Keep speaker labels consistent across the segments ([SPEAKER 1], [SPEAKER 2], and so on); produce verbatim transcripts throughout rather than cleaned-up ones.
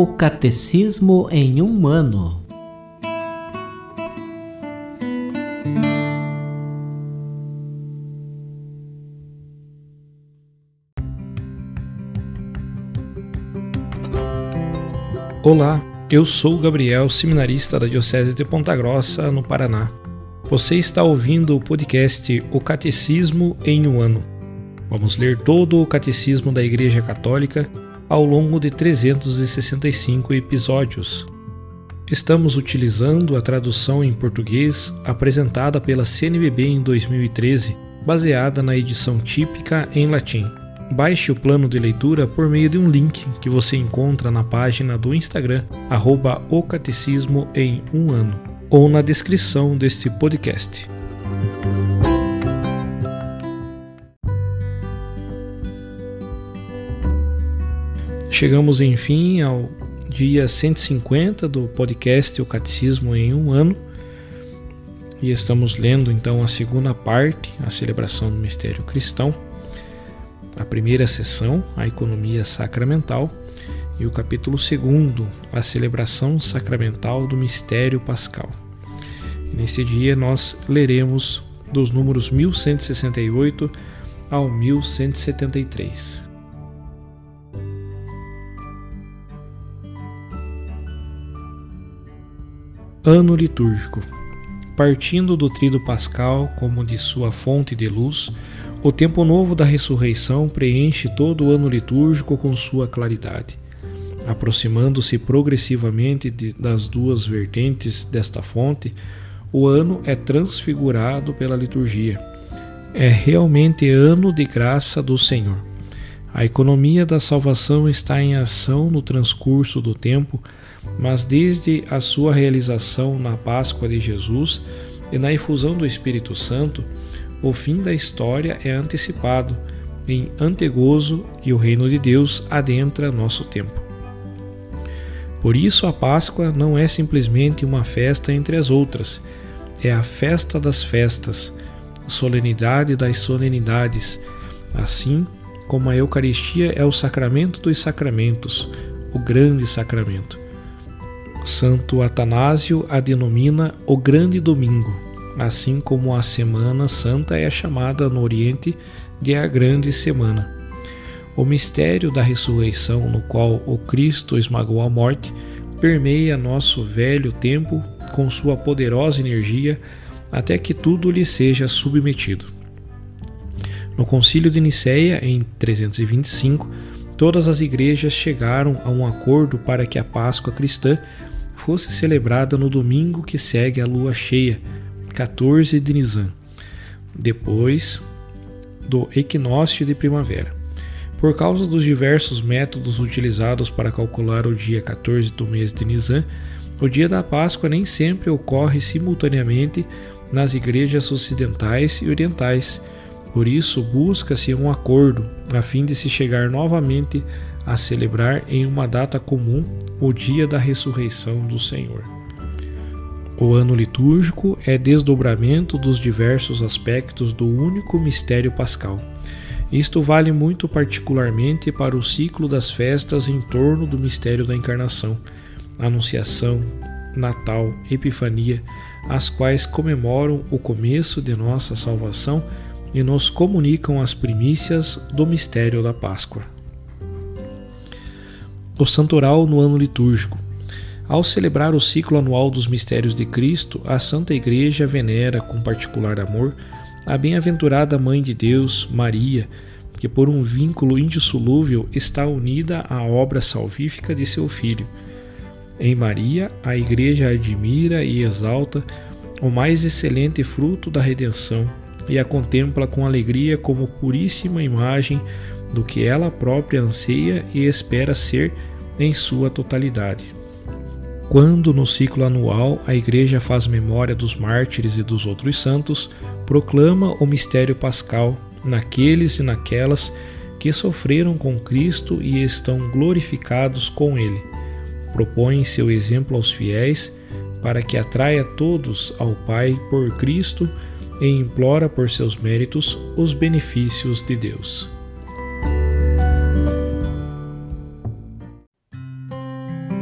[SPEAKER 1] O Catecismo em um ano.
[SPEAKER 2] Olá, eu sou o Gabriel, seminarista da Diocese de Ponta Grossa, no Paraná. Você está ouvindo o podcast O Catecismo em um ano. Vamos ler todo o Catecismo da Igreja Católica ao longo de trezentos e sessenta e cinco episódios. Estamos utilizando a tradução em português apresentada pela C N B B em dois mil e treze, baseada na edição típica em latim. Baixe o plano de leitura por meio de um link que você encontra na página do Instagram, arroba o Catecismo em um ano, ou na descrição deste podcast. Chegamos, enfim, ao dia cento e cinquenta do podcast O Catecismo em um ano, e estamos lendo então a segunda parte, a celebração do mistério cristão. A primeira sessão, a economia sacramental, e o capítulo segundo, a celebração sacramental do mistério pascal. E nesse dia nós leremos dos números mil cento e sessenta e oito ao mil cento e setenta e três. Ano litúrgico. Partindo do tríduo pascal como de sua fonte de luz, o tempo novo da ressurreição preenche todo o ano litúrgico com sua claridade. Aproximando-se progressivamente de, das duas vertentes desta fonte, o ano é transfigurado pela liturgia. É realmente ano de graça do Senhor. A economia da salvação está em ação no transcurso do tempo, mas desde a sua realização na Páscoa de Jesus e na efusão do Espírito Santo, o fim da história é antecipado em antegozo e o reino de Deus adentra nosso tempo. Por isso a Páscoa não é simplesmente uma festa entre as outras, é a festa das festas, a solenidade das solenidades, assim como a Eucaristia é o sacramento dos sacramentos, o grande sacramento. Santo Atanásio a denomina o Grande Domingo, assim como a Semana Santa é chamada no Oriente de a Grande Semana. O mistério da ressurreição, no qual o Cristo esmagou a morte, permeia nosso velho tempo com sua poderosa energia até que tudo lhe seja submetido. No Concílio de Nicéia, em trezentos e vinte e cinco, todas as igrejas chegaram a um acordo para que a Páscoa cristã fosse celebrada no domingo que segue a lua cheia, quatorze de Nisan, depois do equinócio de primavera. Por causa dos diversos métodos utilizados para calcular o dia quatorze do mês de Nisan, o dia da Páscoa nem sempre ocorre simultaneamente nas igrejas ocidentais e orientais. Por isso, busca-se um acordo a fim de se chegar novamente a celebrar em uma data comum o dia da ressurreição do Senhor. O ano litúrgico é desdobramento dos diversos aspectos do único mistério pascal. Isto vale muito particularmente para o ciclo das festas em torno do mistério da Encarnação, Anunciação, Natal, Epifania, as quais comemoram o começo de nossa salvação e nos comunicam as primícias do mistério da Páscoa. O Santoral no ano litúrgico. Ao celebrar o ciclo anual dos mistérios de Cristo, a Santa Igreja venera com particular amor a bem-aventurada Mãe de Deus, Maria, que por um vínculo indissolúvel está unida à obra salvífica de seu Filho. Em Maria, a Igreja admira e exalta o mais excelente fruto da redenção e a contempla com alegria como puríssima imagem do que ela própria anseia e espera ser em sua totalidade. Quando no ciclo anual a Igreja faz memória dos mártires e dos outros santos, proclama o mistério pascal naqueles e naquelas que sofreram com Cristo e estão glorificados com Ele. Propõe seu exemplo aos fiéis para que atraia todos ao Pai por Cristo e implora por seus méritos os benefícios de Deus.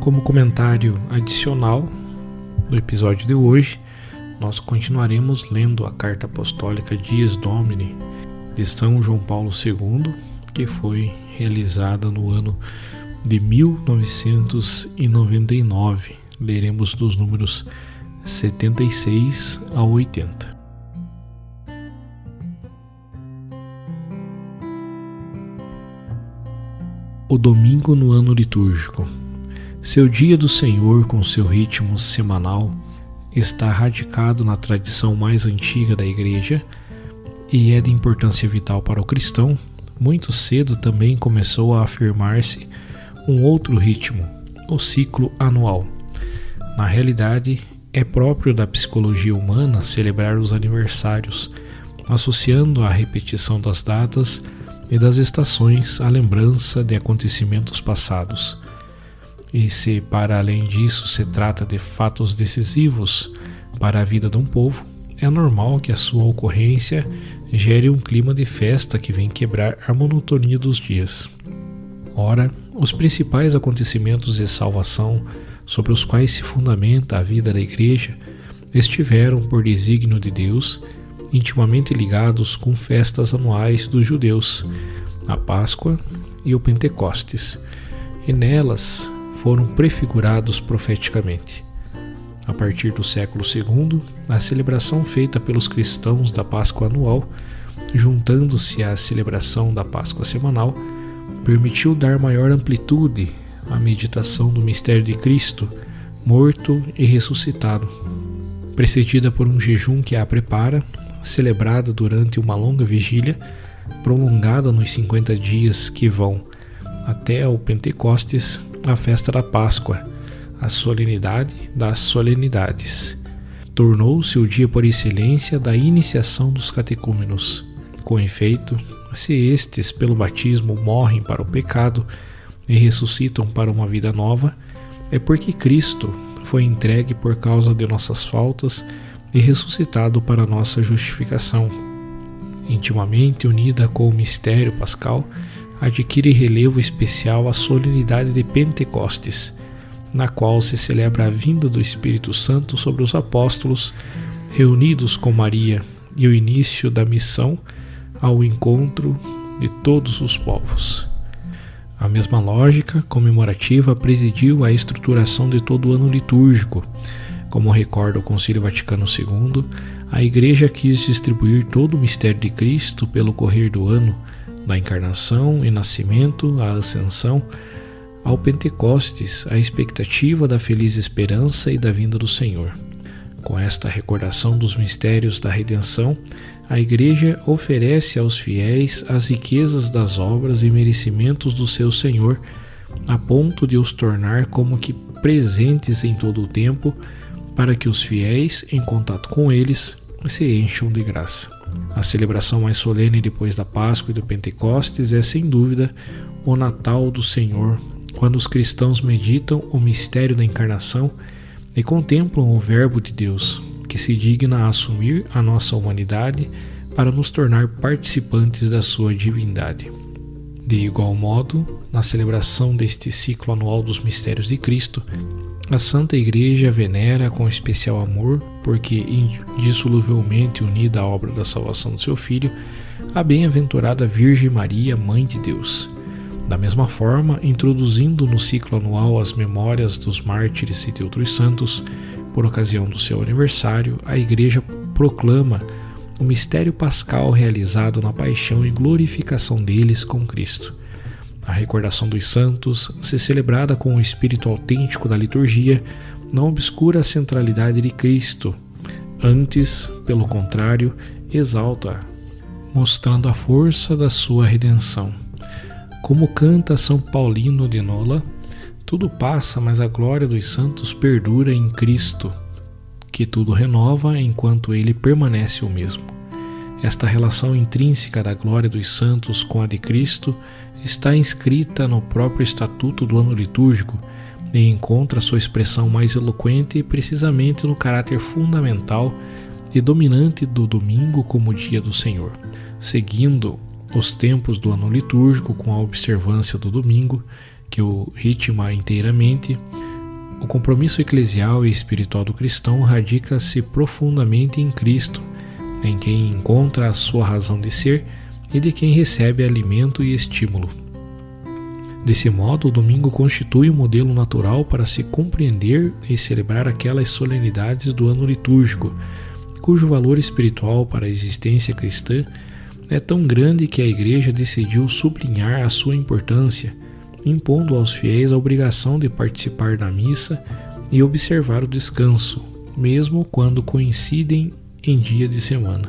[SPEAKER 2] como comentário adicional do episódio de hoje, nós continuaremos lendo a Carta Apostólica Dies Domini de São João Paulo segundo, que foi realizada no ano de mil novecentos e noventa e nove. Leremos dos números setenta e seis a oitenta. O domingo no ano litúrgico. Seu dia do Senhor, com seu ritmo semanal, está radicado na tradição mais antiga da Igreja e é de importância vital para o cristão. Muito cedo também começou a afirmar-se um outro ritmo, o ciclo anual. Na realidade, é próprio da psicologia humana celebrar os aniversários, associando a repetição das datas e das estações à lembrança de acontecimentos passados. E se, para além disso, se trata de fatos decisivos para a vida de um povo, é normal que a sua ocorrência gere um clima de festa que vem quebrar a monotonia dos dias. Ora, os principais acontecimentos de salvação sobre os quais se fundamenta a vida da Igreja estiveram, por desígnio de Deus, intimamente ligados com festas anuais dos judeus, a Páscoa e o Pentecostes, e nelas foram prefigurados profeticamente. A partir do século segundo, a celebração feita pelos cristãos da Páscoa anual, juntando-se à celebração da Páscoa semanal, permitiu dar maior amplitude à meditação do mistério de Cristo, morto e ressuscitado, precedida por um jejum que a prepara, celebrada durante uma longa vigília, prolongada nos cinquenta dias que vão até o Pentecostes, a festa da Páscoa, a solenidade das solenidades. Tornou-se o dia por excelência da iniciação dos catecúmenos. Com efeito, se estes, pelo batismo, morrem para o pecado e ressuscitam para uma vida nova, é porque Cristo foi entregue por causa de nossas faltas e ressuscitado para nossa justificação. Intimamente unida com o mistério pascal, adquire relevo especial a solenidade de Pentecostes, na qual se celebra a vinda do Espírito Santo sobre os apóstolos, reunidos com Maria, e o início da missão ao encontro de todos os povos. A mesma lógica comemorativa presidiu a estruturação de todo o ano litúrgico. Como recorda o Concílio Vaticano segundo, a Igreja quis distribuir todo o mistério de Cristo pelo correr do ano, da encarnação e nascimento à ascensão, ao Pentecostes, a expectativa da feliz esperança e da vinda do Senhor. Com esta recordação dos mistérios da redenção, a Igreja oferece aos fiéis as riquezas das obras e merecimentos do seu Senhor, a ponto de os tornar como que presentes em todo o tempo, para que os fiéis, em contato com eles, se encham de graça. A celebração mais solene depois da Páscoa e do Pentecostes é, sem dúvida, o Natal do Senhor, quando os cristãos meditam o mistério da encarnação e contemplam o Verbo de Deus, que se digna a assumir a nossa humanidade para nos tornar participantes da sua divindade. De igual modo, na celebração deste ciclo anual dos mistérios de Cristo, a Santa Igreja venera com especial amor, porque indissoluvelmente unida à obra da salvação do seu Filho, a bem-aventurada Virgem Maria, Mãe de Deus. Da mesma forma, introduzindo no ciclo anual as memórias dos mártires e de outros santos, por ocasião do seu aniversário, a Igreja proclama o mistério pascal realizado na paixão e glorificação deles com Cristo. A recordação dos santos, se celebrada com o espírito autêntico da liturgia, não obscura a centralidade de Cristo, antes, pelo contrário, exalta-a, mostrando a força da sua redenção. Como canta São Paulino de Nola, tudo passa, mas a glória dos santos perdura em Cristo, que tudo renova enquanto ele permanece o mesmo. Esta relação intrínseca da glória dos santos com a de Cristo está inscrita no próprio estatuto do ano litúrgico e encontra sua expressão mais eloquente precisamente no caráter fundamental e dominante do domingo como dia do Senhor. Seguindo os tempos do ano litúrgico com a observância do domingo, que o ritma inteiramente, O compromisso eclesial e espiritual do cristão radica-se profundamente em Cristo, em quem encontra a sua razão de ser e de quem recebe alimento e estímulo. Desse modo, o domingo constitui um modelo natural para se compreender e celebrar aquelas solenidades do ano litúrgico, cujo valor espiritual para a existência cristã é tão grande que a Igreja decidiu sublinhar a sua importância, impondo aos fiéis a obrigação de participar da missa e observar o descanso, mesmo quando coincidem em dia de semana.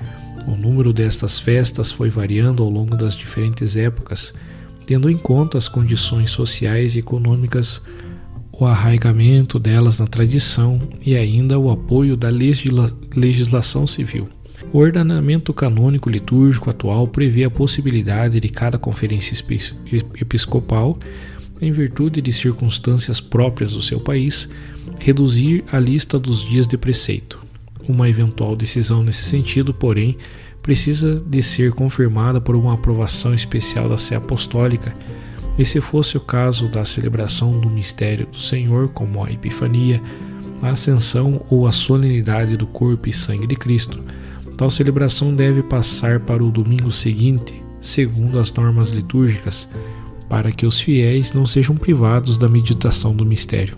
[SPEAKER 2] O número destas festas foi variando ao longo das diferentes épocas, tendo em conta as condições sociais e econômicas, o arraigamento delas na tradição e ainda o apoio da legisla- legislação civil. O ordenamento canônico litúrgico atual prevê a possibilidade de cada conferência episcopal, em virtude de circunstâncias próprias do seu país, reduzir a lista dos dias de preceito. Uma eventual decisão nesse sentido, porém, precisa de ser confirmada por uma aprovação especial da Sé Apostólica, e se fosse o caso da celebração do mistério do Senhor, como a Epifania, a Ascensão ou a solenidade do corpo e sangue de Cristo, tal celebração deve passar para o domingo seguinte, segundo as normas litúrgicas, para que os fiéis não sejam privados da meditação do mistério.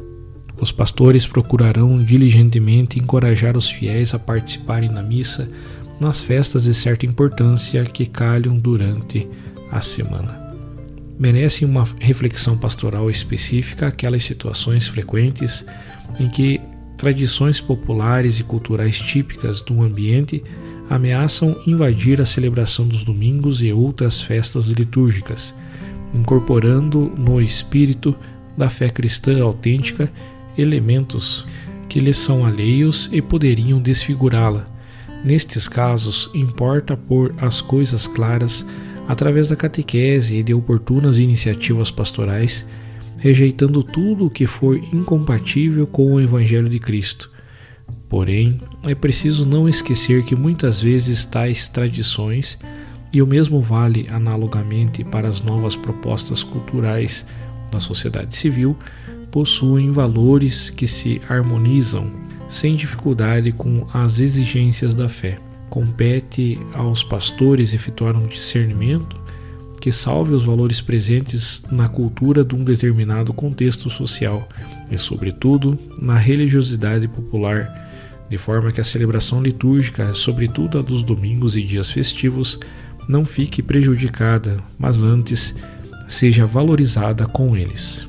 [SPEAKER 2] Os pastores procurarão diligentemente encorajar os fiéis a participarem na missa nas festas de certa importância que calham durante a semana. Merecem uma reflexão pastoral específica aquelas situações frequentes em que tradições populares e culturais típicas de um ambiente ameaçam invadir a celebração dos domingos e outras festas litúrgicas, incorporando no espírito da fé cristã autêntica elementos que lhes são alheios e poderiam desfigurá-la. Nestes casos, importa pôr as coisas claras através da catequese e de oportunas iniciativas pastorais, rejeitando tudo o que for incompatível com o Evangelho de Cristo. Porém, é preciso não esquecer que muitas vezes tais tradições, e o mesmo vale analogamente para as novas propostas culturais da sociedade civil, possuem valores que se harmonizam sem dificuldade com as exigências da fé. Compete aos pastores efetuar um discernimento que salve os valores presentes na cultura de um determinado contexto social e, sobretudo, na religiosidade popular, de forma que a celebração litúrgica, sobretudo a dos domingos e dias festivos, não fique prejudicada, mas antes seja valorizada com eles.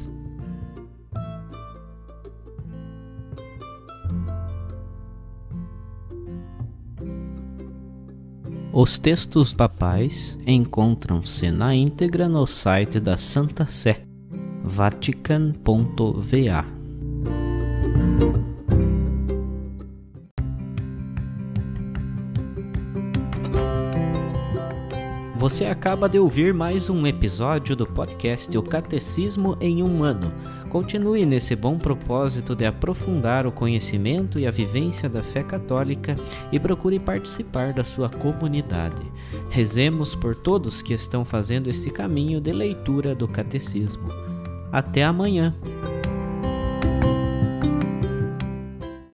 [SPEAKER 1] Os textos papais encontram-se na íntegra no site da Santa Sé, vatican ponto v a. Você acaba de ouvir mais um episódio do podcast O Catecismo em um Ano. Continue nesse bom propósito de aprofundar o conhecimento e a vivência da fé católica e procure participar da sua comunidade. Rezemos por todos que estão fazendo esse caminho de leitura do Catecismo. Até amanhã!